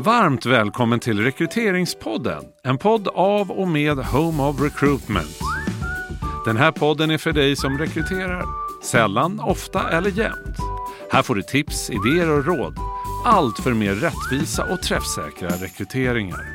Varmt välkommen till Rekryteringspodden, en podd av och med Home of Recruitment. Den här podden är för dig som rekryterar, sällan, ofta eller jämt. Här får du tips, idéer och råd, allt för mer rättvisa och träffsäkra rekryteringar.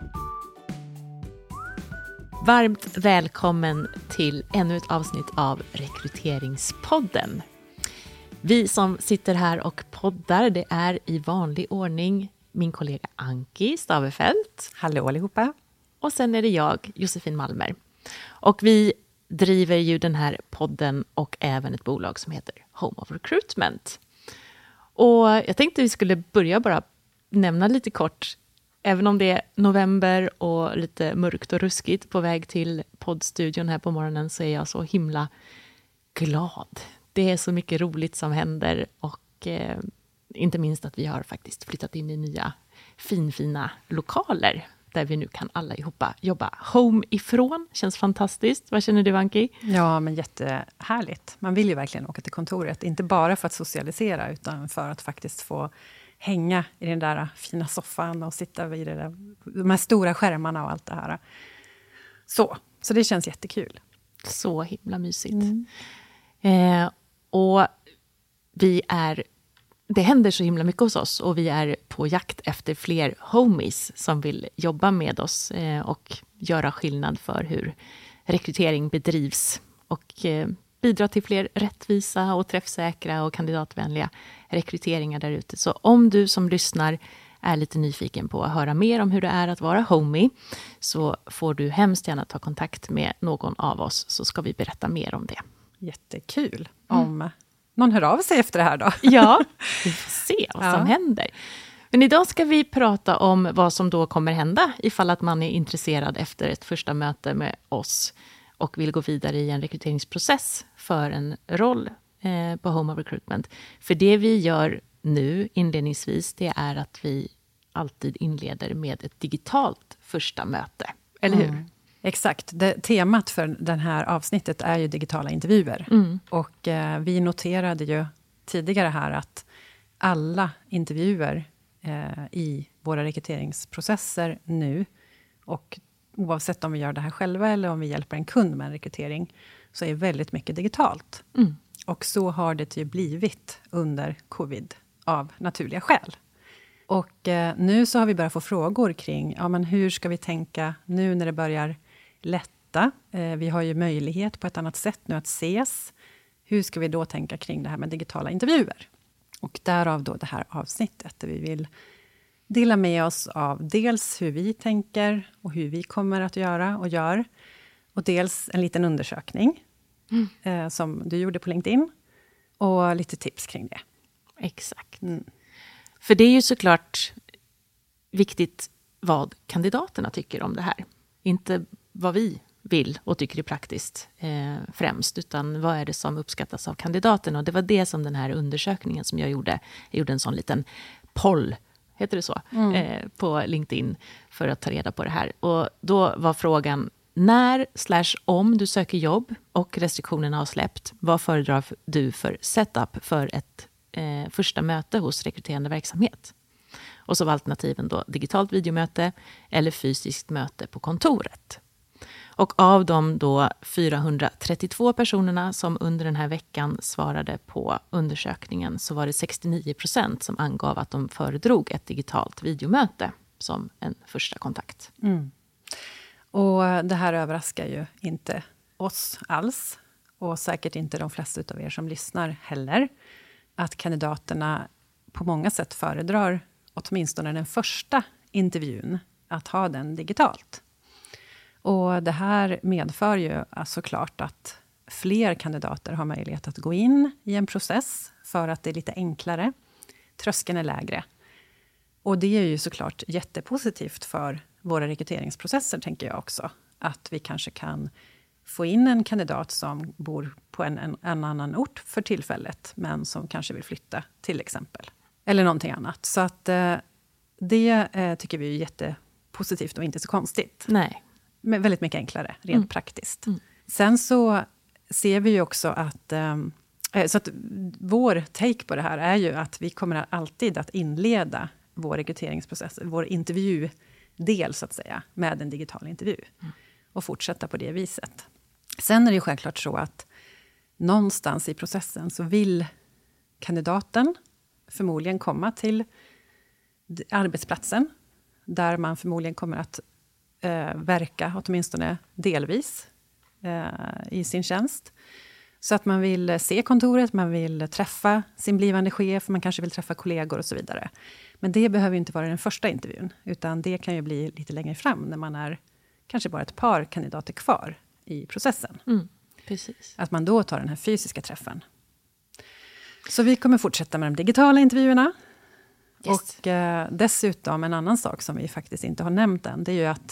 Varmt välkommen till ännu ett avsnitt av Rekryteringspodden. Vi som sitter här och poddar, det är i vanlig ordning min kollega Anki Stavefelt. Hallå allihopa. Och sen är det jag, Josefin Malmer. Och vi driver ju den här podden och även ett bolag som heter Home of Recruitment. Och jag tänkte vi skulle börja bara nämna lite kort, även om det är november och lite mörkt och ruskigt på väg till poddstudion här på morgonen, så är jag så himla glad. Det är så mycket roligt som händer och inte minst att vi har faktiskt flyttat in i nya finfina lokaler där vi nu kan alla jobba home ifrån. Känns fantastiskt. Vad känner du, Anki? Ja, men jättehärligt. Man vill ju verkligen åka till kontoret. Inte bara för att socialisera utan för att faktiskt få hänga i den där fina soffan och sitta vid de här stora skärmarna och allt det här. Så det känns jättekul. Så himla mysigt. Och det händer så himla mycket hos oss och vi är på jakt efter fler homies som vill jobba med oss och göra skillnad för hur rekrytering bedrivs och bidra till fler rättvisa och träffsäkra och kandidatvänliga rekryteringar där ute. Så om du som lyssnar är lite nyfiken på att höra mer om hur det är att vara homie, så får du hemskt gärna ta kontakt med någon av oss, så ska vi berätta mer om det. Jättekul om någon hör av sig efter det här då. Ja, vi får se vad som händer. Men idag ska vi prata om vad som då kommer hända ifall att man är intresserad efter ett första möte med oss och vill gå vidare i en rekryteringsprocess för en roll på Home of Recruitment. För det vi gör nu inledningsvis, det är att vi alltid inleder med ett digitalt första möte. Eller hur? Exakt. Temat för den här avsnittet är ju digitala intervjuer. Och vi noterade ju tidigare här att alla intervjuer i våra rekryteringsprocesser nu, och oavsett om vi gör det här själva eller om vi hjälper en kund med en rekrytering, så är väldigt mycket digitalt. Och så har det ju blivit under covid av naturliga skäl. Och nu så har vi börjat få frågor kring men hur ska vi tänka nu när det börjar lätta. Vi har ju möjlighet på ett annat sätt nu att ses. Hur ska vi då tänka kring det här med digitala intervjuer? Och därav då det här avsnittet där vi vill dela med oss av dels hur vi tänker och hur vi kommer att göra och gör. Och dels en liten undersökning som du gjorde på LinkedIn. Och lite tips kring det. Exakt. För det är ju såklart viktigt vad kandidaterna tycker om det här. Inte vad vi vill och tycker är praktiskt främst, utan vad är det som uppskattas av kandidaterna. Och det var det som den här undersökningen som jag gjorde en sån liten poll, heter det så, på LinkedIn för att ta reda på det här. Och då var frågan: när/om du söker jobb och restriktionerna har släppt, vad föredrar du för setup för ett första möte hos rekryterande verksamhet? Och så var alternativen då digitalt videomöte eller fysiskt möte på kontoret. Och av de då 432 personerna som under den här veckan svarade på undersökningen, så var det 69% som angav att de föredrog ett digitalt videomöte som en första kontakt. Och det här överraskar ju inte oss alls, och säkert inte de flesta av er som lyssnar heller, att kandidaterna på många sätt föredrar åtminstone den första intervjun att ha den digitalt. Och det här medför ju såklart att fler kandidater har möjlighet att gå in i en process för att det är lite enklare. Tröskeln är lägre. Och det är ju såklart jättepositivt för våra rekryteringsprocesser, tänker jag också. Att vi kanske kan få in en kandidat som bor på en annan ort för tillfället, men som kanske vill flytta till exempel. Eller någonting annat. Så att det tycker vi är jättepositivt och inte så konstigt. Nej. Men väldigt mycket enklare, rent praktiskt. Sen så ser vi ju också att så att vår take på det här är ju att vi kommer alltid att inleda vår rekryteringsprocess, vår intervjudel så att säga, med en digital intervju. Och fortsätta på det viset. Sen är det ju självklart så att någonstans i processen så vill kandidaten förmodligen komma till arbetsplatsen, där man förmodligen kommer att verka åtminstone delvis i sin tjänst. Så att man vill se kontoret, man vill träffa sin blivande chef, man kanske vill träffa kollegor och så vidare. Men det behöver ju inte vara den första intervjun, utan det kan ju bli lite längre fram när man är kanske bara ett par kandidater kvar i processen. Precis. Att man då tar den här fysiska träffen. Så vi kommer fortsätta med de digitala intervjuerna. Yes. Och dessutom en annan sak som vi faktiskt inte har nämnt än, det är ju att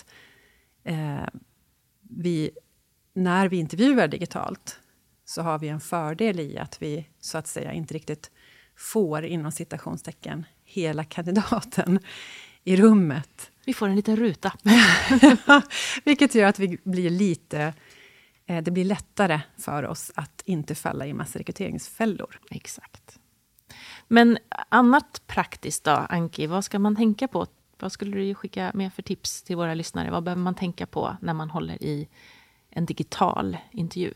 när vi intervjuar digitalt så har vi en fördel i att vi så att säga inte riktigt får inom citationstecken hela kandidaten i rummet. Vi får en liten ruta. Vilket gör att vi blir det blir lättare för oss att inte falla i massa rekryteringsfällor. Exakt. Men annat praktiskt då, Anki, vad ska man tänka på? Vad skulle du skicka med för tips till våra lyssnare? Vad behöver man tänka på när man håller i en digital intervju?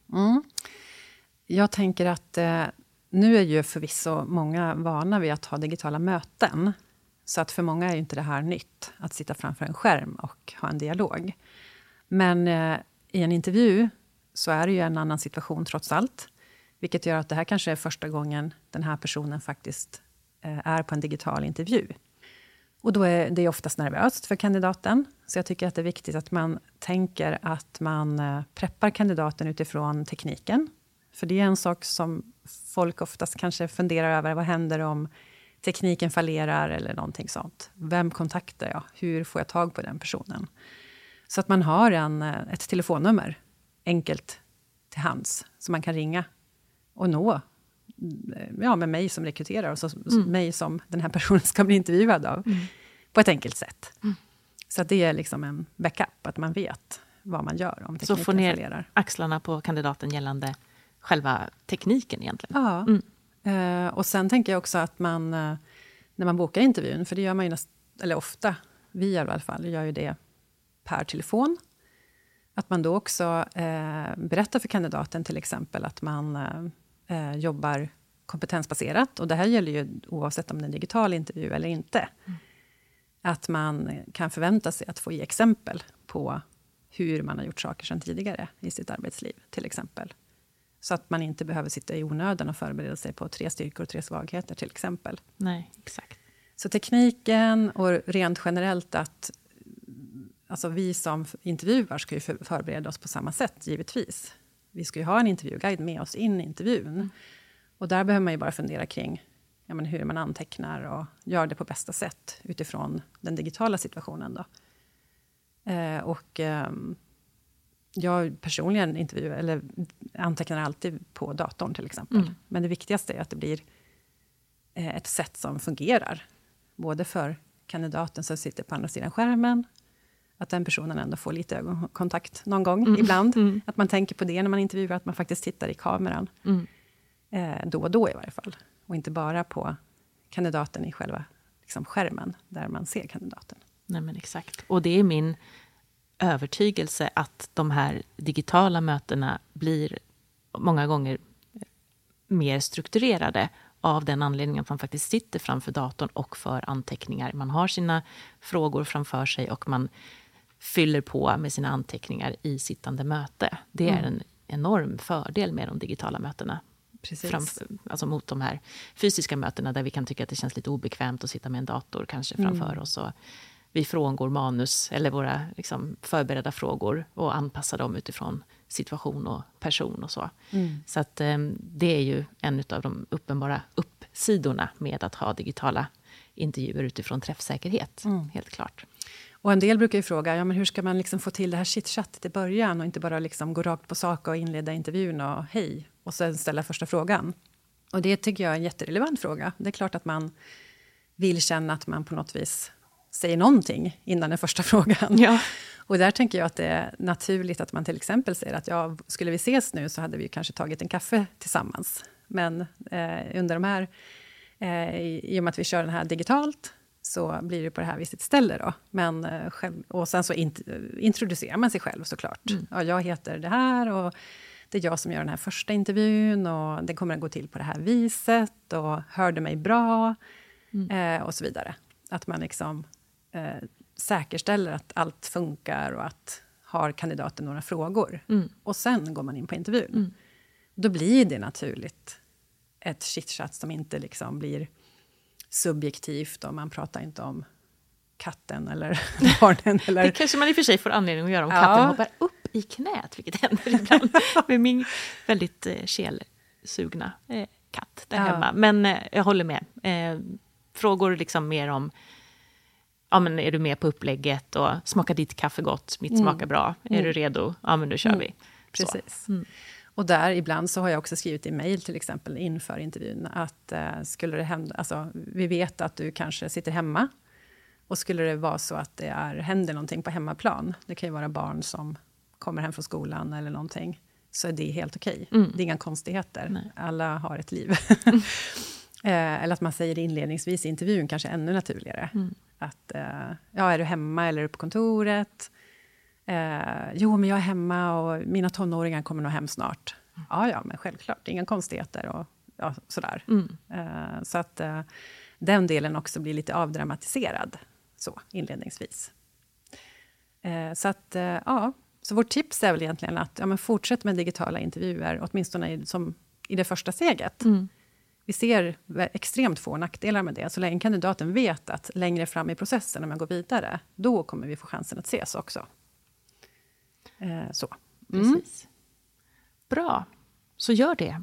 Jag tänker att nu är ju förvisso många vana vid att ha digitala möten. Så att för många är ju inte det här nytt, att sitta framför en skärm och ha en dialog. Men i en intervju så är det ju en annan situation trots allt. Vilket gör att det här kanske är första gången den här personen faktiskt är på en digital intervju. Och då är det oftast nervöst för kandidaten. Så jag tycker att det är viktigt att man tänker att man preppar kandidaten utifrån tekniken. För det är en sak som folk oftast kanske funderar över. Vad händer om tekniken fallerar eller någonting sånt? Vem kontaktar jag? Hur får jag tag på den personen? Så att man har ett telefonnummer enkelt till hands som man kan ringa och nå med mig som rekryterar och mig som den här personen ska bli intervjuad av på ett enkelt sätt. Så att det är liksom en backup, att man vet vad man gör om tekniken så få ner fallerar. Axlarna på kandidaten gällande själva tekniken egentligen. Ja, och sen tänker jag också att man när man bokar intervjun, för det gör man ju eller ofta, vi i alla fall gör ju det per telefon. Att man då också berättar för kandidaten till exempel att man jobbar kompetensbaserat. Och det här gäller ju oavsett om det är en digital intervju eller inte. Att man kan förvänta sig att få ge exempel på hur man har gjort saker sedan tidigare i sitt arbetsliv till exempel. Så att man inte behöver sitta i onödan och förbereda sig på 3 styrkor och 3 svagheter till exempel. Nej, exakt. Så tekniken och rent generellt att alltså vi som intervjuar ska ju förbereda oss på samma sätt, givetvis. Vi ska ju ha en intervjuguide med oss in i intervjun. Och där behöver man ju bara fundera kring hur man antecknar och gör det på bästa sätt utifrån den digitala situationen då. Jag personligen antecknar alltid på datorn till exempel. Men det viktigaste är att det blir ett sätt som fungerar. Både för kandidaten som sitter på andra sidan skärmen. Att den personen ändå får lite ögonkontakt någon gång ibland. Att man tänker på det när man intervjuar. Att man faktiskt tittar i kameran. Då och då i varje fall. Och inte bara på kandidaten i själva skärmen. Där man ser kandidaten. Nej, men exakt. Och det är min övertygelse att de här digitala mötena blir många gånger mer strukturerade av den anledningen att man faktiskt sitter framför datorn och för anteckningar. Man har sina frågor framför sig och man fyller på med sina anteckningar i sittande möte. Det är en enorm fördel med de digitala mötena. Precis. Alltså mot de här fysiska mötena där vi kan tycka att det känns lite obekvämt att sitta med en dator kanske framför oss. Och vi frångår manus eller våra förberedda frågor och anpassar dem utifrån situation och person och så. Så att det är ju en av de uppenbara uppsidorna med att ha digitala intervjuer utifrån träffsäkerhet, helt klart. Och en del brukar ju fråga, men hur ska man få till det här chitchattet i början och inte bara gå rakt på sak och inleda intervjun och hej och sen ställa första frågan. Och det tycker jag är en jätterelevant fråga. Det är klart att man vill känna att man på något vis säger någonting innan den första frågan. Ja. Och där tänker jag att det är naturligt att man till exempel säger att skulle vi ses nu så hade vi kanske tagit en kaffe tillsammans. Men under de här, i och med att vi kör den här digitalt så blir det på det här viset istället då. Men och sen så introducerar man sig själv såklart. Ja, jag heter det här och det är jag som gör den här första intervjun och det kommer att gå till på det här viset och hörde mig bra och så vidare. Att man liksom säkerställer att allt funkar och att har kandidaten några frågor. Och sen går man in på intervjun. Då blir det naturligt ett chitchat som inte liksom blir subjektivt och man pratar inte om katten eller barnen. Eller... Det kanske man i och för sig får anledning att göra om katten hoppar upp i knät, vilket händer ibland med min väldigt kelsugna katt där hemma. Men jag håller med. Frågor liksom mer om men är du med på upplägget och smakar ditt kaffe gott, mitt smakar bra, är du redo? Ja, men då kör vi. Precis. Och där ibland så har jag också skrivit i mejl till exempel inför intervjun att skulle det hända, alltså vi vet att du kanske sitter hemma och skulle det vara så att det händer någonting på hemmaplan, det kan ju vara barn som kommer hem från skolan eller någonting, så är det helt okej. Det är inga konstigheter. Nej. Alla har ett liv. Eller att man säger det inledningsvis i intervjun, kanske ännu naturligare. Att, är du hemma eller är du på kontoret? Jo, men jag är hemma och mina tonåringar kommer nog hem snart. Ja, men självklart, inga konstigheter och sådär. Så att den delen också blir lite avdramatiserad så inledningsvis. Så att, så vårt tips är väl egentligen att men fortsätt med digitala intervjuer, åtminstone som i det första steget. Vi ser extremt få nackdelar med det. Så länge kandidaten vet att längre fram i processen när man går vidare, då kommer vi få chansen att ses också. Så. Precis. Bra, så gör det.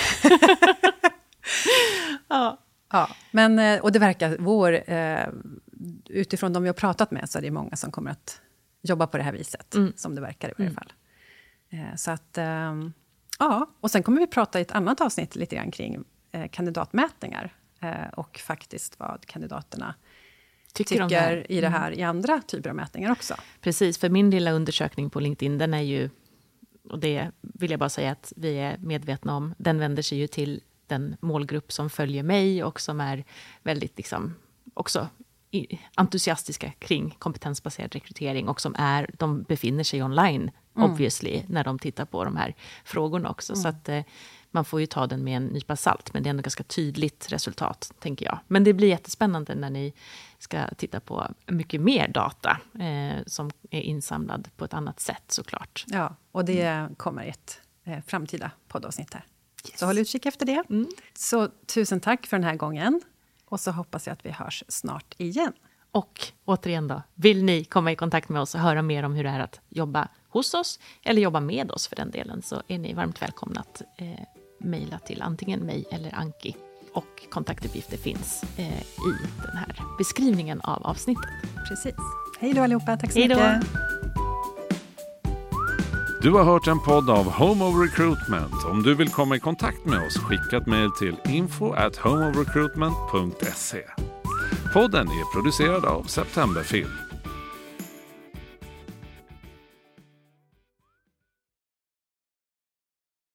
Ja, men, och det verkar utifrån de vi har pratat med så är det många som kommer att jobba på det här viset, som det verkar i varje fall. Så att, och sen kommer vi prata i ett annat avsnitt lite grann kring kandidatmätningar och faktiskt vad kandidaterna tycker i det här i andra typer av mätningar också. Precis, för min lilla undersökning på LinkedIn, den är ju, och det vill jag bara säga att vi är medvetna om, den vänder sig ju till den målgrupp som följer mig och som är väldigt liksom, också entusiastiska kring kompetensbaserad rekrytering och som de befinner sig online obviously när de tittar på de här frågorna också. Så att man får ju ta den med en nypa salt, men det är ändå ganska tydligt resultat, tänker jag. Men det blir jättespännande när ni ska titta på mycket mer data som är insamlad på ett annat sätt såklart. Ja, och det kommer ett framtida poddavsnitt här. Yes. Så håll utkik efter det. Så tusen tack för den här gången. Och så hoppas jag att vi hörs snart igen. Och återigen då, vill ni komma i kontakt med oss och höra mer om hur det är att jobba hos oss eller jobba med oss för den delen, så är ni varmt välkomna att mejla till antingen mig eller Anki. Och kontaktuppgifter finns i den här beskrivningen av avsnittet. Precis. Hej då allihopa, tack så mycket. Du har hört en podd av Home of Recruitment. Om du vill komma i kontakt med oss, skicka ett mejl till info@homeofrecruitment.se. Podden är producerad av Septemberfilm.